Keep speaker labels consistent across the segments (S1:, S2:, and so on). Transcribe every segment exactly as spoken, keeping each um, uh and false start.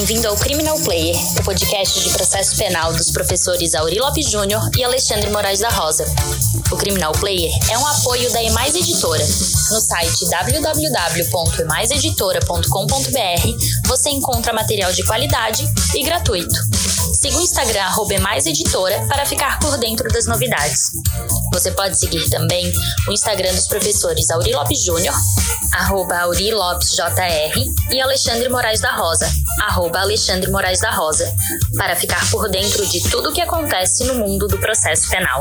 S1: Bem-vindo ao Criminal Player, o podcast de processo penal dos professores Aury Lopes Júnior e Alexandre Moraes da Rosa. O Criminal Player é um apoio da Emais Editora. No site w w w ponto emais editora ponto com ponto b r você encontra material de qualidade e gratuito. Siga o Instagram arroba emais editora para ficar por dentro das novidades. Você pode seguir também o Instagram dos professores Aury Lopes Júnior, arroba Aury Lopes J R, e Alexandre Moraes da Rosa, arroba Alexandre Moraes da Rosa, para ficar por dentro de tudo o que acontece no mundo do processo penal.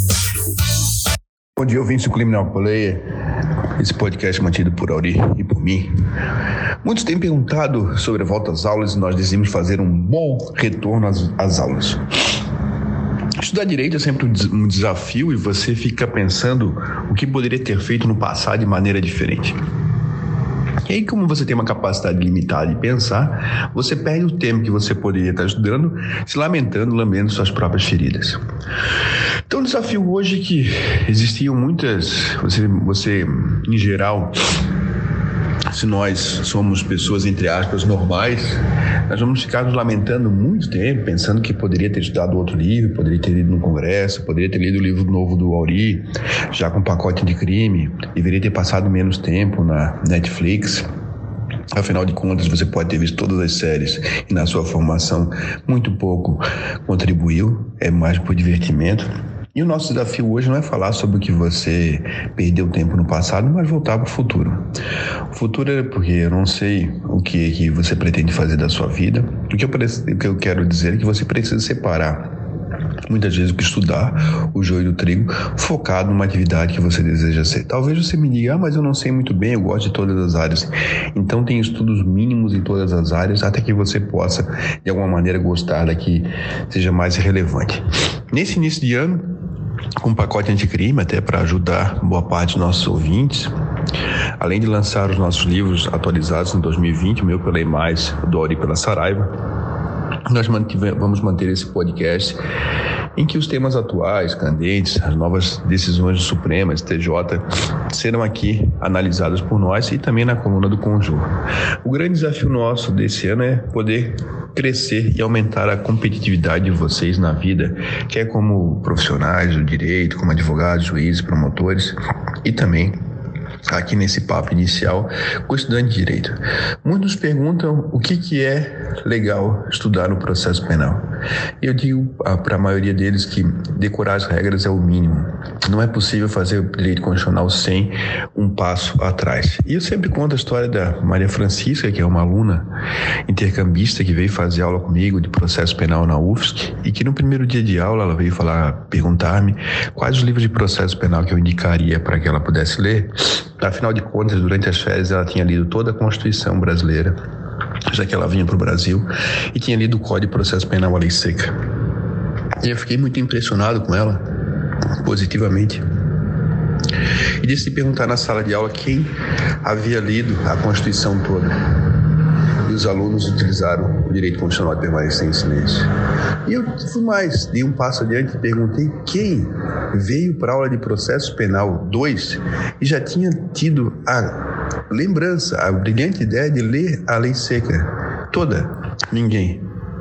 S2: Bom dia, ouvintes do Criminal Player, esse podcast mantido por Aury e por mim. Muitos têm perguntado sobre a volta às aulas e nós decidimos fazer um bom retorno às, às aulas. Estudar direito é sempre um desafio e você fica pensando o que poderia ter feito no passado de maneira diferente. E aí, como você tem uma capacidade limitada de pensar, você perde o tempo que você poderia estar estudando, se lamentando, lambendo suas próprias feridas. Então, o desafio hoje é que existiam muitas, você, você em geral, se nós somos pessoas, entre aspas, normais, nós vamos ficar nos lamentando muito tempo, pensando que poderia ter estudado outro livro, poderia ter lido no congresso, poderia ter lido o livro novo do Aury, já com pacote de crime, deveria ter passado menos tempo na Netflix. Afinal de contas, você pode ter visto todas as séries e na sua formação muito pouco contribuiu, é mais por divertimento. E o nosso desafio hoje não é falar sobre o que você perdeu tempo no passado, mas voltar para o futuro. O futuro é porque eu não sei o que, que você pretende fazer da sua vida. O que, eu, o que eu quero dizer é que você precisa separar muitas vezes o que estudar, o joio do trigo, focado numa atividade que você deseja ser. Talvez você me diga, ah, mas eu não sei muito bem, eu gosto de todas as áreas. Então tem estudos mínimos em todas as áreas, até que você possa, de alguma maneira, gostar da que seja mais relevante. Nesse início de ano, com um pacote anticrime, até para ajudar boa parte dos nossos ouvintes, além de lançar os nossos livros atualizados em dois mil e vinte, o meu pela Emais, o do Aury pela Saraiva, nós vamos manter esse podcast em que os temas atuais, candentes, as novas decisões do Supremo, S T J, serão aqui analisadas por nós e também na coluna do Conjur. O grande desafio nosso desse ano é poder crescer e aumentar a competitividade de vocês na vida, quer como profissionais do direito, como advogados, juízes, promotores e também aqui nesse papo inicial com o estudante de direito. Muitos perguntam o que, que é legal estudar no processo penal. Eu digo para a maioria deles que decorar as regras é o mínimo. Não é possível fazer o direito constitucional sem um passo atrás. E eu sempre conto a história da Maria Francisca, que é uma aluna intercambista que veio fazer aula comigo de processo penal na U F S C e que no primeiro dia de aula ela veio falar, perguntar-me quais os livros de processo penal que eu indicaria para que ela pudesse ler. Afinal de contas, durante as férias ela tinha lido toda a Constituição brasileira, já que ela vinha para o Brasil, e tinha lido o Código de Processo Penal, a Lei Seca. E eu fiquei muito impressionado com ela, positivamente. E decidi perguntar na sala de aula quem havia lido a Constituição toda. E os alunos utilizaram o direito constitucional de permanecer em silêncio. E eu fui mais, dei um passo adiante e perguntei quem veio para a aula de processo penal dois e já tinha tido a lembrança, a brilhante ideia de ler a Lei Seca toda. Ninguém.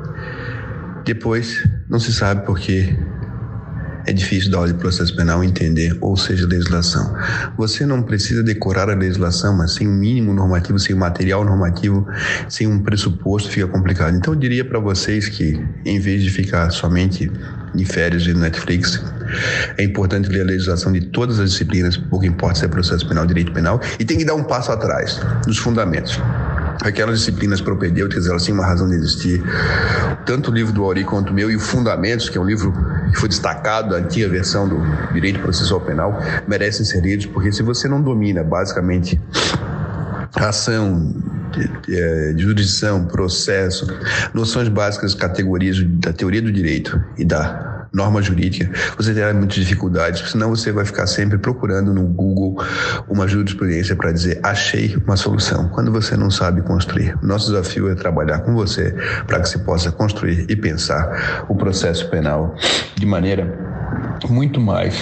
S2: Depois, não se sabe por quê. É difícil da aula de processo penal entender, ou seja, legislação. Você não precisa decorar a legislação, mas sem um mínimo normativo, sem um material normativo, sem um pressuposto, fica complicado. Então eu diria para vocês que, em vez de ficar somente de férias de Netflix, é importante ler a legislação de todas as disciplinas, pouco importa se é processo penal, direito penal, e tem que dar um passo atrás, nos fundamentos. Aquelas disciplinas propedêuticas, elas têm uma razão de existir. Tanto o livro do Aury quanto o meu e o Fundamentos, que é um livro que foi destacado da antiga versão do Direito Processual Penal, merecem ser lidos, porque se você não domina, basicamente, a ação, de, de jurisdição, processo, noções básicas, categorias da teoria do direito e da norma jurídica, você terá muitas dificuldades, senão você vai ficar sempre procurando no Google uma jurisprudência para dizer achei uma solução, quando você não sabe construir. O nosso desafio é trabalhar com você para que você possa construir e pensar o processo penal de maneira muito mais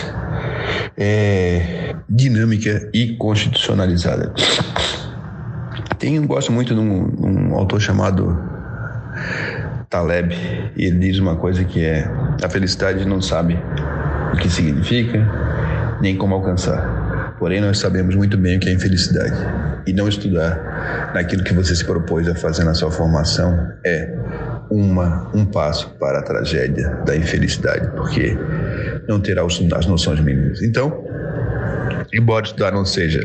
S2: é, dinâmica e constitucionalizada. Tem, eu gosto muito de um, um autor chamado Taleb, e ele diz uma coisa que é: a felicidade não sabe o que significa, nem como alcançar. Porém, nós sabemos muito bem o que é infelicidade. E não estudar naquilo que você se propôs a fazer na sua formação é uma, um passo para a tragédia da infelicidade, porque não terá as noções mínimas. Então, embora estudar não seja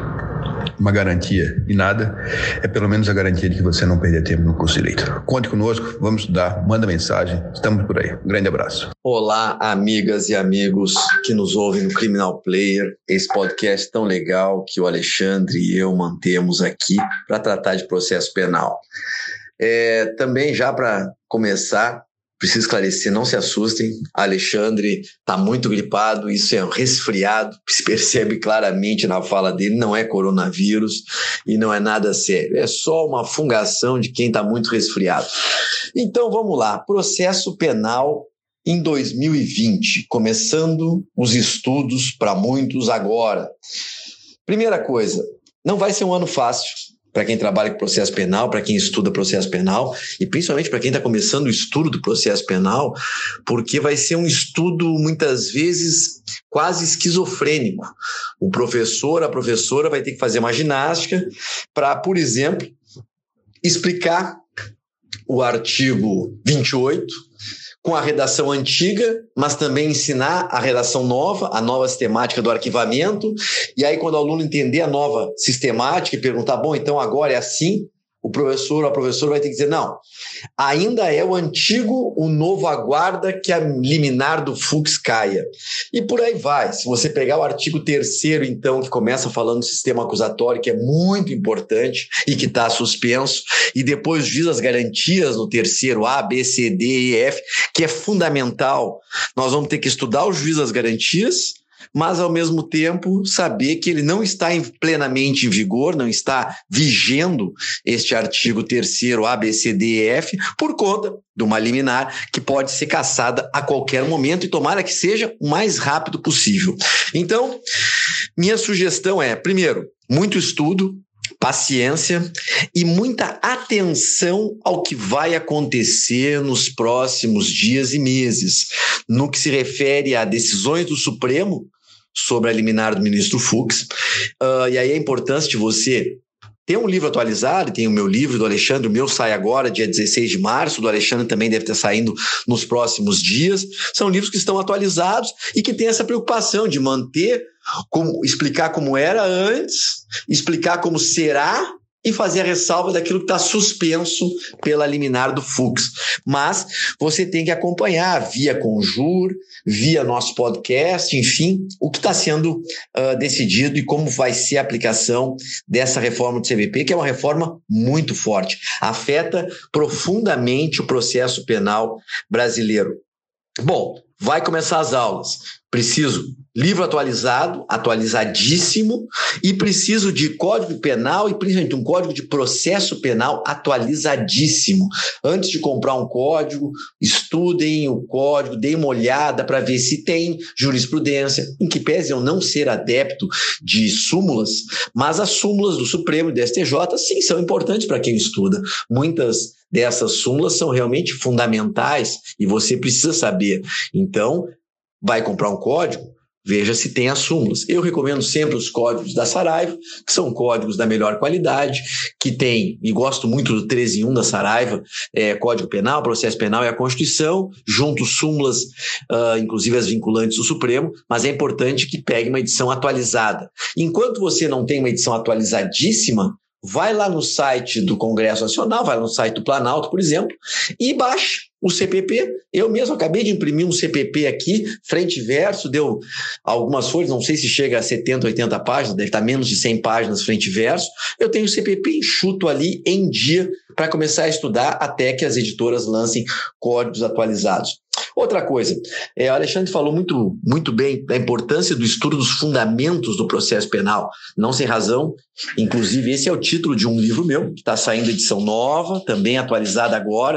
S2: uma garantia de nada, é pelo menos a garantia de que você não perder tempo no curso de Direito. Conte conosco, vamos estudar, manda mensagem, estamos por aí. Um grande abraço.
S3: Olá, amigas e amigos que nos ouvem no Criminal Player, esse podcast tão legal que o Alexandre e eu mantemos aqui para tratar de processo penal. É, também já para começar, preciso esclarecer, não se assustem, Alexandre está muito gripado, isso é um resfriado, se percebe claramente na fala dele, não é coronavírus e não é nada sério, é só uma fungação de quem está muito resfriado. Então vamos lá, processo penal em dois mil e vinte, começando os estudos para muitos agora. Primeira coisa, não vai ser um ano fácil para quem trabalha com processo penal, para quem estuda processo penal e principalmente para quem está começando o estudo do processo penal, porque vai ser um estudo muitas vezes quase esquizofrênico. O professor, a professora vai ter que fazer uma ginástica para, por exemplo, explicar o artigo vinte e oito com a redação antiga, mas também ensinar a redação nova, a nova sistemática do arquivamento, e aí quando o aluno entender a nova sistemática e perguntar, bom, então agora é assim, o professor ou a professora vai ter que dizer, não, ainda é o antigo, o novo aguarda que a liminar do Fux caia. E por aí vai. Se você pegar o artigo terceiro, então, que começa falando do sistema acusatório, que é muito importante e que está suspenso, e depois diz as garantias no terceiro A, B, C, D e F, que é fundamental. Nós vamos ter que estudar o juiz das garantias, mas ao mesmo tempo saber que ele não está em, plenamente em vigor, não está vigendo este artigo terceiro A, B, C, D e F por conta de uma liminar que pode ser cassada a qualquer momento e tomara que seja o mais rápido possível. Então, minha sugestão é, primeiro, muito estudo, paciência e muita atenção ao que vai acontecer nos próximos dias e meses, no que se refere a decisões do Supremo sobre a liminar do ministro Fux. Uh, e aí a importância de você ter um livro atualizado, tem o meu livro do Alexandre, o meu sai agora, dia dezesseis de março, do Alexandre também deve estar saindo nos próximos dias. São livros que estão atualizados e que têm essa preocupação de manter, como, explicar como era antes, explicar como será e fazer a ressalva daquilo que está suspenso pela liminar do Fux. Mas você tem que acompanhar via Conjur, via nosso podcast, enfim, o que está sendo uh, decidido e como vai ser a aplicação dessa reforma do C V P, que é uma reforma muito forte. Afeta profundamente o processo penal brasileiro. Bom, vai começar as aulas. Preciso livro atualizado, atualizadíssimo, e preciso de código penal e principalmente um código de processo penal atualizadíssimo. Antes de comprar um código, estudem o código, deem uma olhada para ver se tem jurisprudência, em que pese eu não ser adepto de súmulas, mas as súmulas do Supremo e do S T J, sim, são importantes para quem estuda. Muitas dessas súmulas são realmente fundamentais e você precisa saber. Então, vai comprar um código, veja se tem as súmulas. Eu recomendo sempre os códigos da Saraiva, que são códigos da melhor qualidade, que tem, e gosto muito do treze em um da Saraiva, é, Código Penal, Processo Penal e a Constituição, junto súmulas, uh, inclusive as vinculantes do Supremo, mas é importante que pegue uma edição atualizada. Enquanto você não tem uma edição atualizadíssima, vai lá no site do Congresso Nacional, vai lá no site do Planalto, por exemplo, e baixe o C P P. Eu mesmo acabei de imprimir um C P P aqui, frente e verso, deu algumas folhas, não sei se chega a setenta, oitenta páginas, deve estar menos de cem páginas frente e verso. Eu tenho o C P P enxuto ali em dia para começar a estudar até que as editoras lancem códigos atualizados. Outra coisa, é, o Alexandre falou muito, muito bem da importância do estudo dos fundamentos do processo penal, não sem razão. Inclusive, esse é o título de um livro meu, que está saindo edição nova, também atualizada agora,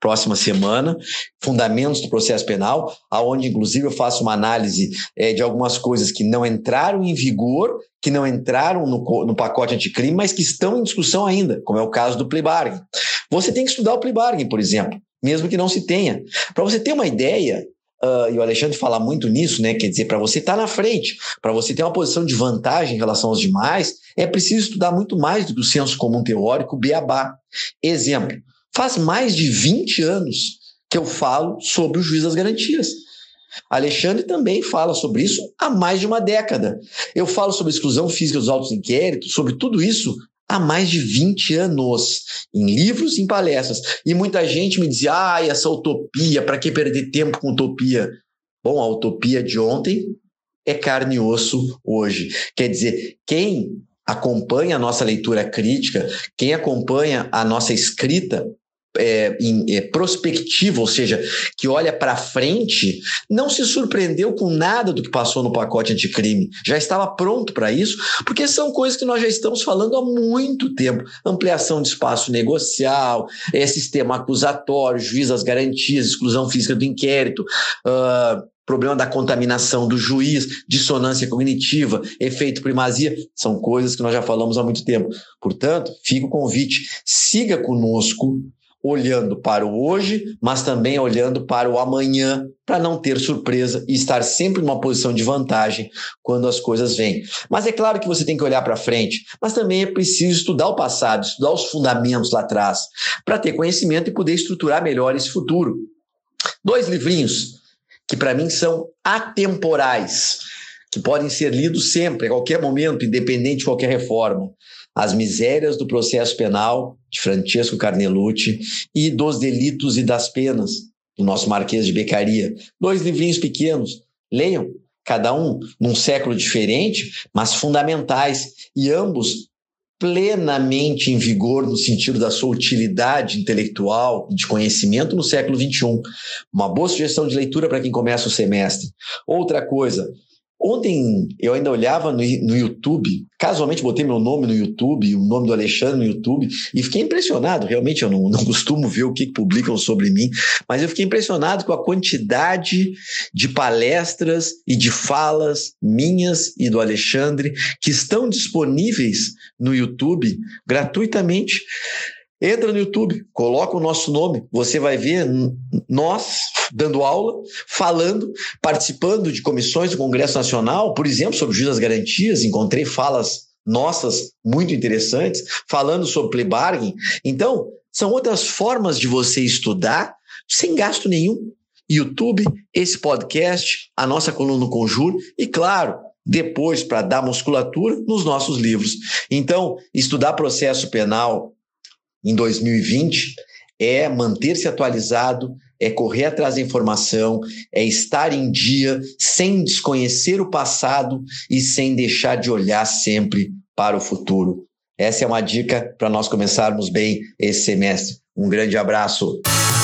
S3: próxima semana, Fundamentos do Processo Penal, aonde inclusive eu faço uma análise é, de algumas coisas que não entraram em vigor, que não entraram no, no pacote anticrime, mas que estão em discussão ainda, como é o caso do plea bargain. Você tem que estudar o plea bargain, por exemplo, mesmo que não se tenha. Para você ter uma ideia, uh, e o Alexandre fala muito nisso, né? Quer dizer, para você estar na frente, para você ter uma posição de vantagem em relação aos demais, é preciso estudar muito mais do que o senso comum teórico, beabá. Exemplo, faz mais de vinte anos que eu falo sobre o juiz das garantias. Alexandre também fala sobre isso há mais de uma década. Eu falo sobre exclusão física dos autos inquéritos, sobre tudo isso há mais de vinte anos, em livros e em palestras. E muita gente me dizia, ah, essa utopia, para que perder tempo com utopia? Bom, a utopia de ontem é carne e osso hoje. Quer dizer, quem acompanha a nossa leitura crítica, quem acompanha a nossa escrita É, em, é, prospectiva, ou seja, que olha para frente, não se surpreendeu com nada do que passou no pacote anticrime. Já estava pronto para isso, porque são coisas que nós já estamos falando há muito tempo. Ampliação de espaço negocial, é, sistema acusatório, juiz das garantias, exclusão física do inquérito, uh, problema da contaminação do juiz, dissonância cognitiva, efeito primazia, são coisas que nós já falamos há muito tempo. Portanto, fica o convite, siga conosco, olhando para o hoje, mas também olhando para o amanhã, para não ter surpresa e estar sempre numa posição de vantagem quando as coisas vêm. Mas é claro que você tem que olhar para frente, mas também é preciso estudar o passado, estudar os fundamentos lá atrás, para ter conhecimento e poder estruturar melhor esse futuro. Dois livrinhos que para mim são atemporais, que podem ser lidos sempre, a qualquer momento, independente de qualquer reforma. As Misérias do Processo Penal, de Francesco Carnelucci, e Dos Delitos e das Penas, do nosso Marquês de Beccaria. Dois livrinhos pequenos. Leiam, cada um num século diferente, mas fundamentais, e ambos plenamente em vigor no sentido da sua utilidade intelectual e de conhecimento no século vinte e um. Uma boa sugestão de leitura para quem começa o semestre. Outra coisa, ontem eu ainda olhava no, no YouTube, casualmente botei meu nome no YouTube, o nome do Alexandre no YouTube, e fiquei impressionado. Realmente eu não, não costumo ver o que, que publicam sobre mim, mas eu fiquei impressionado com a quantidade de palestras e de falas minhas e do Alexandre que estão disponíveis no YouTube gratuitamente. Entra no YouTube, coloca o nosso nome, você vai ver nós dando aula, falando, participando de comissões do Congresso Nacional, por exemplo, sobre o juiz das garantias, encontrei falas nossas muito interessantes, falando sobre plea bargain. Então, são outras formas de você estudar sem gasto nenhum. YouTube, esse podcast, a nossa coluna no Conjur e, claro, depois, para dar musculatura, nos nossos livros. Então, estudar processo penal em dois mil e vinte é manter-se atualizado, é correr atrás da informação, é estar em dia sem desconhecer o passado e sem deixar de olhar sempre para o futuro. Essa é uma dica para nós começarmos bem esse semestre. Um grande abraço.